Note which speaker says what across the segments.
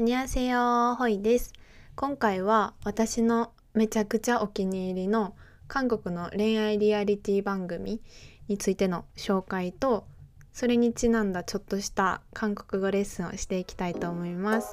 Speaker 1: こんにちは、ホイです。今回は私のめちゃくちゃお気に入りの韓国の恋愛リアリティ番組についての紹介と、それにちなんだちょっとした韓国語レッスンをしていきたいと思います。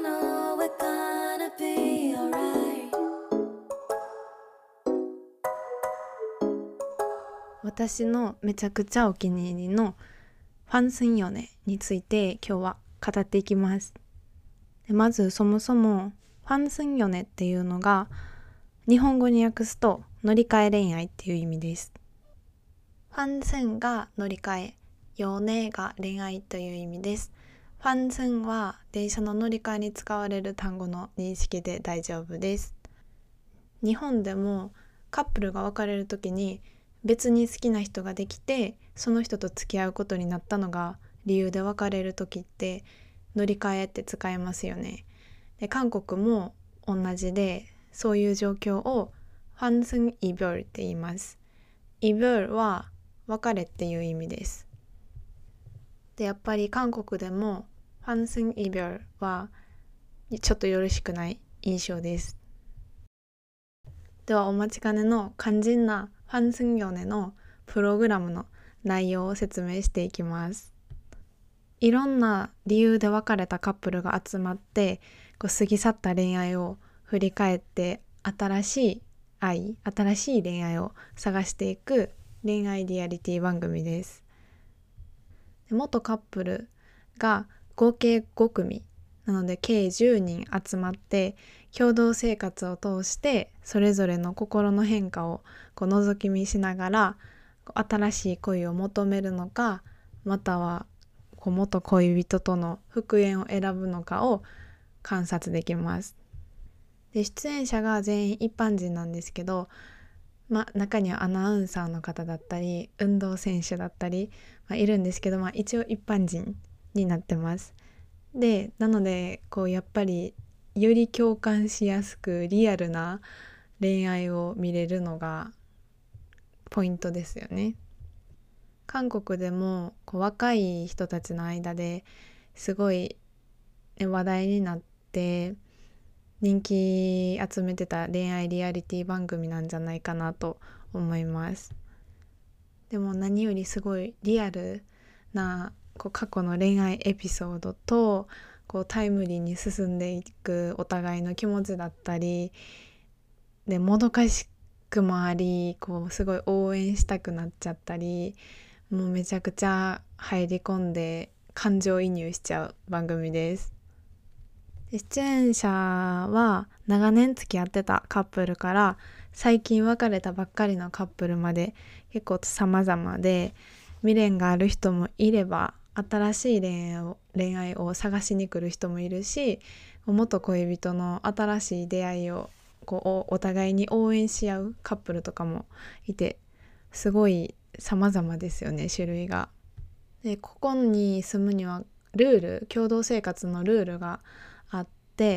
Speaker 1: 私のめちゃくちゃお気に入りのファンスンヨネについて今日は語っていきます。まずそもそもファンスンヨネっていうのが日本語に訳すと乗り換え恋愛っていう意味です。ファンスンが乗り換え、ヨネが恋愛という意味です。ファンスンは電車の乗り換えに使われる単語の認識で大丈夫です。日本でもカップルが別れる時に別に好きな人ができてその人と付き合うことになったのが理由で別れる時って乗り換えって使えますよね。で、韓国も同じで、そういう状況をファンスンイビョルって言います。イビョルは別れっていう意味です。で、やっぱり韓国でもファンスンイビョルはちょっとよろしくない印象です。ではお待ちかねの肝心なファンスンヨネのプログラムの内容を説明していきます。いろんな理由で別れたカップルが集まって過ぎ去った恋愛を振り返って新しい恋愛を探していく恋愛リアリティ番組です。元カップルが合計5組なので計10人集まって共同生活を通してそれぞれの心の変化を覗き見しながら新しい恋を求めるのか、または元恋人との復縁を選ぶのかを観察できます。で、出演者が全員一般人なんですけど、中にはアナウンサーの方だったり運動選手だったり、いるんですけど、一応一般人になってます。で、なのでやっぱりより共感しやすくリアルな恋愛を見れるのがポイントですよね。韓国でも若い人たちの間ですごい話題になって人気集めてた恋愛リアリティ番組なんじゃないかなと思います。でも何よりすごいリアルな過去の恋愛エピソードとタイムリーに進んでいくお互いの気持ちだったりで、もどかしくもありすごい応援したくなっちゃったり、もうめちゃくちゃ入り込んで感情移入しちゃう番組です。出演者は長年付き合ってたカップルから最近別れたばっかりのカップルまで結構様々で、未練がある人もいれば新しい恋愛を探しに来る人もいるし、元恋人の新しい出会いをお互いに応援し合うカップルとかもいて、すごい様々ですよね、種類が。で、ここに住むには共同生活のルールがあって、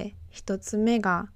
Speaker 1: 一つ目が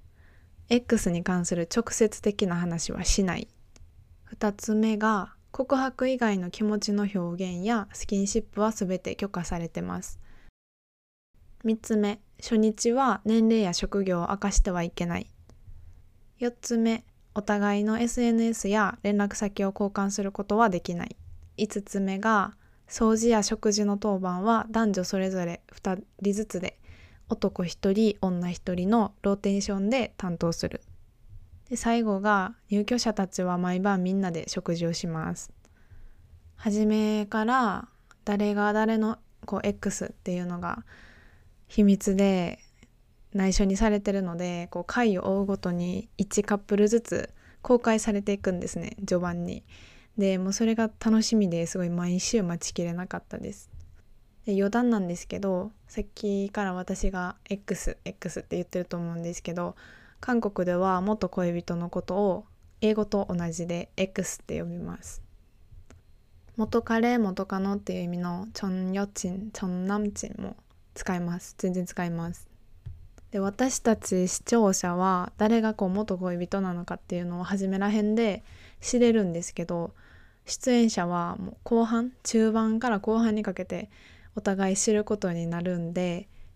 Speaker 1: X に関する直接的な話はしない。二つ目が告白以外の気持ちの表現やスキンシップは全て許可されてます。三つ目、初日は年齢や職業を明かしてはいけない。四つ目、お互いの SNS や連絡先を交換することはできない。五つ目が掃除や食事の当番は男女それぞれ2人ずつで男1人女1人のローテーションで担当する。で、最後が入居者たちは毎晩みんなで食事をします。初めから誰が誰のX っていうのが秘密で内緒にされてるので、回を追うごとに1カップルずつ公開されていくんですね、序盤に。で、もうそれが楽しみですごい毎週待ちきれなかったです。で、余談なんですけど、さっきから私が X って言ってると思うんですけど、韓国では元恋人のことを英語と同じで X って呼びます。元彼元カノっていう意味のチョンヨチン、チョンナムチンも使います。全然使います。で、私たち視聴者は誰が元恋人なのかっていうのを初めらへんで知れるんですけど、出演者はもう中盤から後半にかけてお互い知ることになるんで、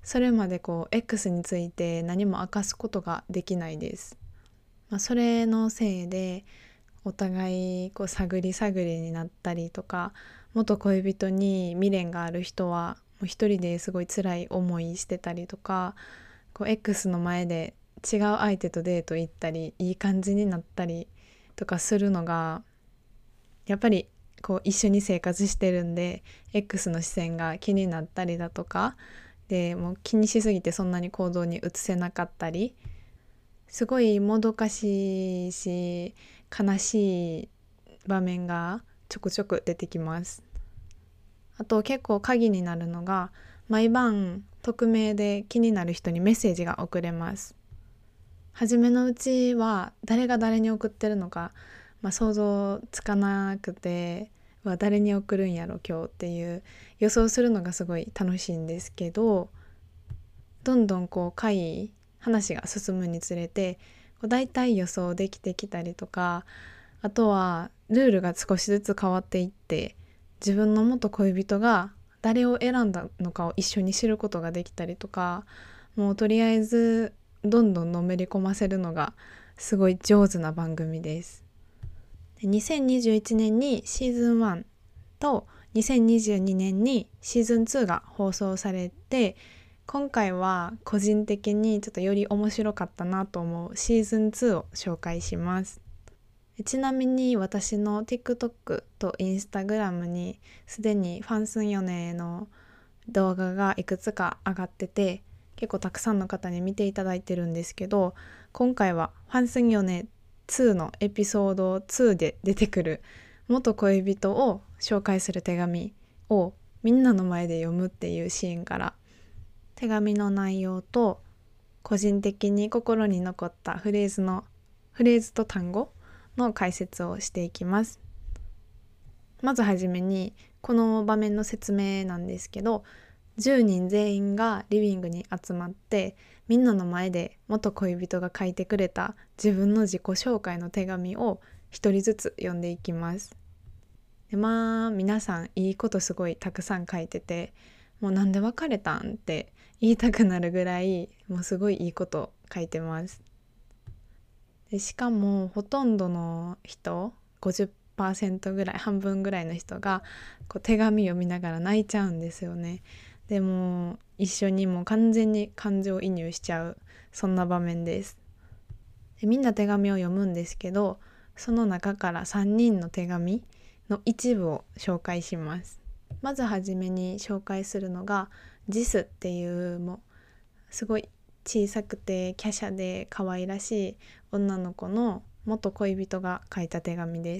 Speaker 1: それまでX について何も明かすことができないです。それのせいでお互い探り探りになったりとか、元恋人に未練がある人はもう一人ですごい辛い思いしてたりとか、X の前で違う相手とデート行ったりいい感じになったりとかするのが、やっぱり一緒に生活してるんで X の視線が気になったりだとかで、もう気にしすぎてそんなに行動に移せなかったり、すごいもどかしいし悲しい場面がちょくちょく出てきます。あと結構鍵になるのが、毎晩匿名で気になる人にメッセージが送れます。初めのうちは誰が誰に送ってるのか、想像つかなくて、誰に送るんやろ今日っていう予想するのがすごい楽しいんですけど、どんどん話が進むにつれてだいたい予想できてきたりとか、あとはルールが少しずつ変わっていって、自分の元恋人が誰を選んだのかを一緒に知ることができたりとか、もうとりあえずどんどんのめり込ませるのがすごい上手な番組です。で2021年にシーズン1と2022年にシーズン2が放送されて、今回は個人的にちょっとより面白かったなと思うシーズン2を紹介します。ちなみに私の TikTok と Instagram にすでにファンスンヨネの動画がいくつか上がってて、結構たくさんの方に見ていただいてるんですけど、今回はファンスンヨネ2のエピソード2で出てくる元恋人を紹介する手紙をみんなの前で読むっていうシーンから、手紙の内容と個人的に心に残ったフレーズと単語の解説をしていきます。まずはじめにこの場面の説明なんですけど、10人全員がリビングに集まって、みんなの前で元恋人が書いてくれた自分の自己紹介の手紙を一人ずつ読んでいきます。で皆さんいいことすごいたくさん書いてて、もうなんで別れたんって言いたくなるぐらい、もうすごいいいこと書いてます。でしかもほとんどの人、50%ぐらい、半分ぐらいの人が手紙読みながら泣いちゃうんですよね。でも一緒にもう完全に感情移入しちゃう、そんな場面です。でみんな手紙を読むんですけど、その中から3人の手紙の一部を紹介します。まずはじめに紹介するのがジスっていう、もうすごい小さくて華奢で可愛らしい女の子の元恋人が書いた手紙です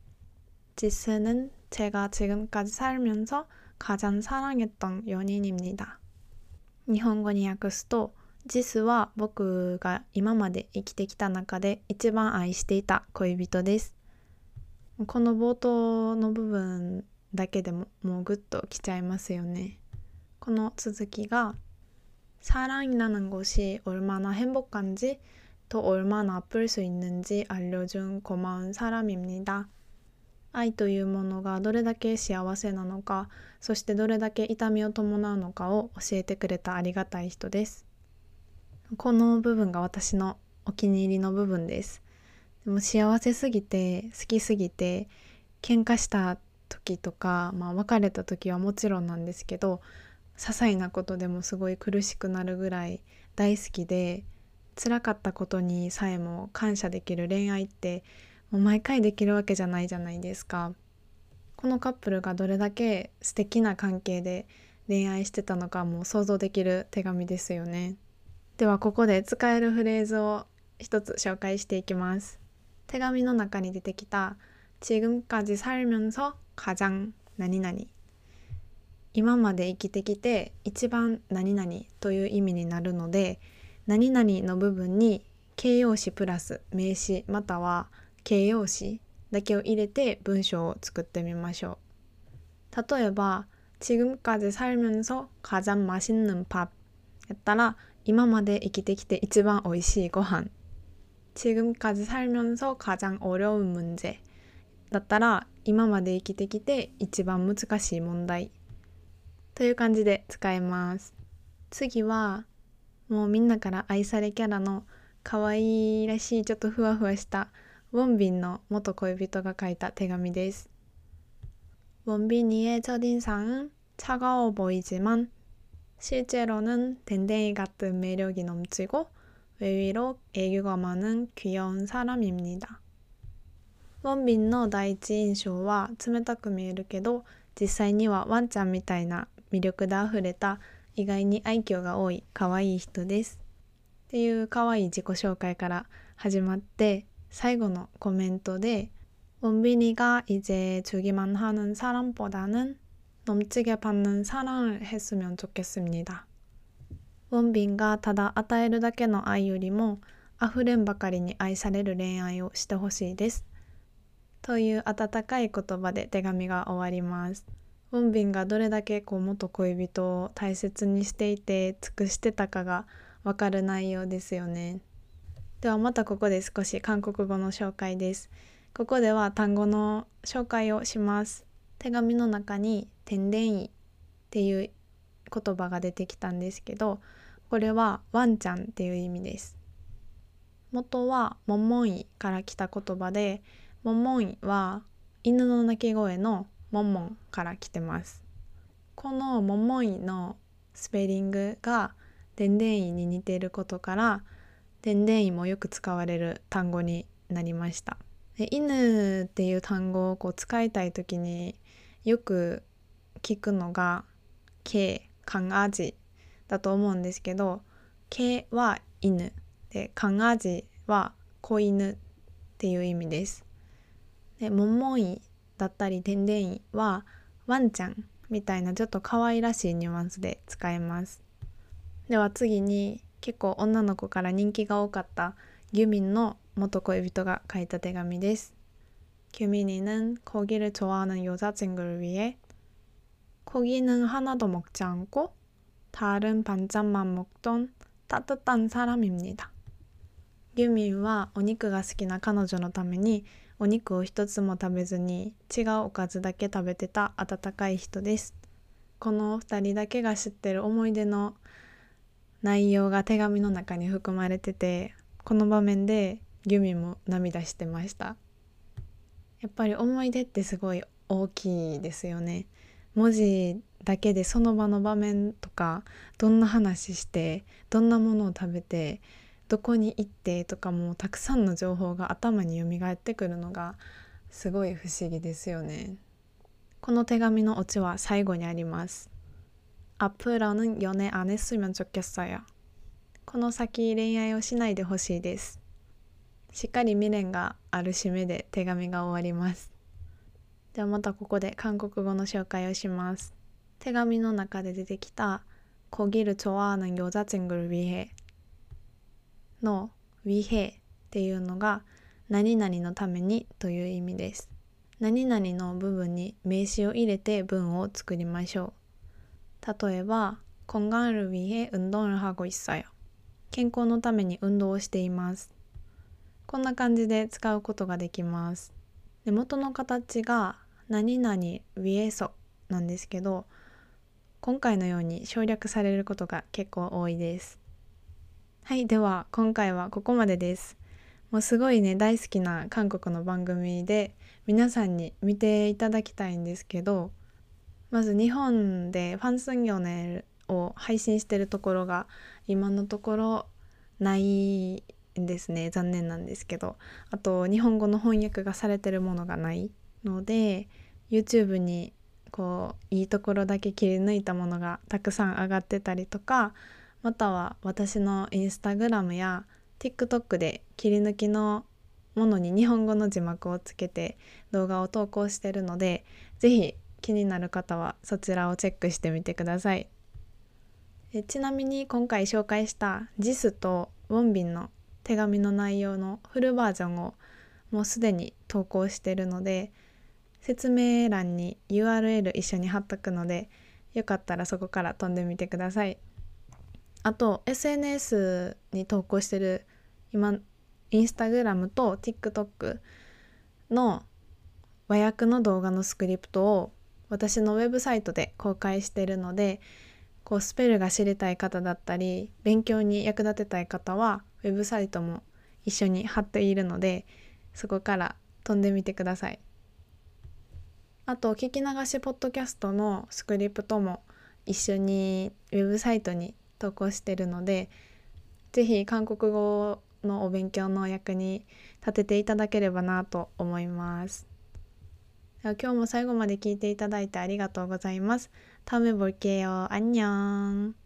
Speaker 1: 。지스는 제가 지금까지 살면서 가장 사랑했던 연인입니다. 日本語に訳すと、ジスは僕が今まで生きてきた中で一番愛していた恋人です。この冒頭の部分だけでももうグッときちゃいますよね。この続きが、사랑이라는 것이 얼마나 행복한지 또 얼마나 아플 수 있는지 알려준 고마운 사람입니다. 愛というものがどれだけ幸せなのか、そしてどれだけ痛みを伴うのかを教えてくれたありがたい人です。この部分が私のお気に入りの部分です。でも幸せすぎて好きすぎて、喧嘩した時とか、別れた時はもちろんなんですけど、些細なことでもすごい苦しくなるぐらい大好きで、辛かったことにさえも感謝できる恋愛ってもう毎回できるわけじゃないじゃないですか。このカップルがどれだけ素敵な関係で恋愛してたのかも想像できる手紙ですよね。ではここで使えるフレーズを一つ紹介していきます。手紙の中に出てきた지금까지 살면서 가장何々、今まで生きてきて一番何々という意味になるので、何々の部分に形容詞プラス名詞または形容詞だけを入れて文章を作ってみましょう。例えば지금까지 살면서 가장 맛있는 밥やったら、今まで生きてきて一番おいしいご飯。지금까지 살면서 가장 어려운 문제だったら、今まで生きてきて一番難しい問題という感じで使えます。 次はもうみんなから愛されキャラの可愛らしいちょっとふわふわしたウォンビンの元恋人が書いた手紙です。원빈이의 첫인상은 차가워 보이지만 실제로는 댕댕이 같은 매력이 넘치고 외위로 애교가 많은 귀여운 사람입니다. ウォンビンの第一印象は冷たく見えるけど、実際にはワンちゃんみたいな魅力であふれた意外に愛嬌が多い可愛い人です。っていう可愛い自己紹介から始まって、最後のコメントで원빈이가 이제 주기만 하는 사람보다는 넘치게 받는 사랑을 했으면 좋겠습니다. 원빈가ただ与えるだけの愛よりも溢れんばかりに愛される恋愛をしてほしいです。という温かい言葉で手紙が終わります。ウォンビンがどれだけ元恋人を大切にしていて尽くしてたかがわかる内容ですよね。ではまたここで少し韓国語の紹介です。ここでは単語の紹介をします。手紙の中にテンデンイっていう言葉が出てきたんですけど、これはワンちゃんっていう意味です。元はモンモンイから来た言葉で、モンモンイは犬の鳴き声のモンモンから来てます。このモンモンイのスペリングがデンデンイに似ていることから、デンデンイもよく使われる単語になりました。犬っていう単語を使いたいときによく聞くのがケカンアジだと思うんですけど、ケは犬でカンアジは子犬っていう意味です。でモンモンイだったりデンデンイはワンちゃんみたいなちょっと可愛らしいニュアンスで使えます。では次に結構女の子から人気が多かったギュミンの元恋人が書いた手紙です。규민이는 고기를 좋아하는 여자친구를 위해 고기는 하나도 먹지 않고 다른 반찬만 먹던 따뜻한 사람입니다. ギュミンはお肉が好きな彼女のためにお肉を一つも食べずに違うおかずだけ食べてた温かい人です。この2人だけが知ってる思い出の内容が手紙の中に含まれてて、この場面でギュミンも涙してました。やっぱり思い出ってすごい大きいですよね。文字だけでその場の場面とか、どんな話してどんなものを食べてどこに行ってとかもたくさんの情報が頭に蘇ってくるのがすごい不思議ですよね。この手紙のオチは最後にあります。앞으로는 연애 안 했으면 좋겠어요。この先恋愛をしないでほしいです。しっかり未練がある締めで手紙が終わります。ではまたここで韓国語の紹介をします。手紙の中で出てきた고기를 좋아하는 여자친구를 위해の위해っていうのが何々のためにという意味です。何々の部分に名詞を入れて文を作りましょう。例えば건강을 위해 운동을 하고 있어요。健康のために運動をしています。こんな感じで使うことができます。で元の形が何々위해서なんですけど、今回のように省略されることが結構多いです。はい、では今回はここまでです。もうすごいね大好きな韓国の番組で皆さんに見ていただきたいんですけど、まず日本でファンスンヨネを配信してるところが今のところないんですね。残念なんですけど、あと日本語の翻訳がされてるものがないので YouTube にいいところだけ切り抜いたものがたくさん上がってたりとか、または私のインスタグラムや TikTok で切り抜きのものに日本語の字幕をつけて動画を投稿しているので、ぜひ気になる方はそちらをチェックしてみてください。ちなみに今回紹介したJISとウォンビンの手紙の内容のフルバージョンをもうすでに投稿しているので、説明欄に URL 一緒に貼っとくので、よかったらそこから飛んでみてください。あと SNS に投稿してる今インスタグラムと TikTok の和訳の動画のスクリプトを私のウェブサイトで公開しているので、 こうスペルが知りたい方だったり勉強に役立てたい方はウェブサイトも一緒に貼っているので、そこから飛んでみてください。あと聞き流しポッドキャストのスクリプトも一緒にウェブサイトに投稿してるので、ぜひ韓国語のお勉強の役に立てていただければなと思います。では今日も最後まで聞いていただいてありがとうございます。다음에볼게요。안녕。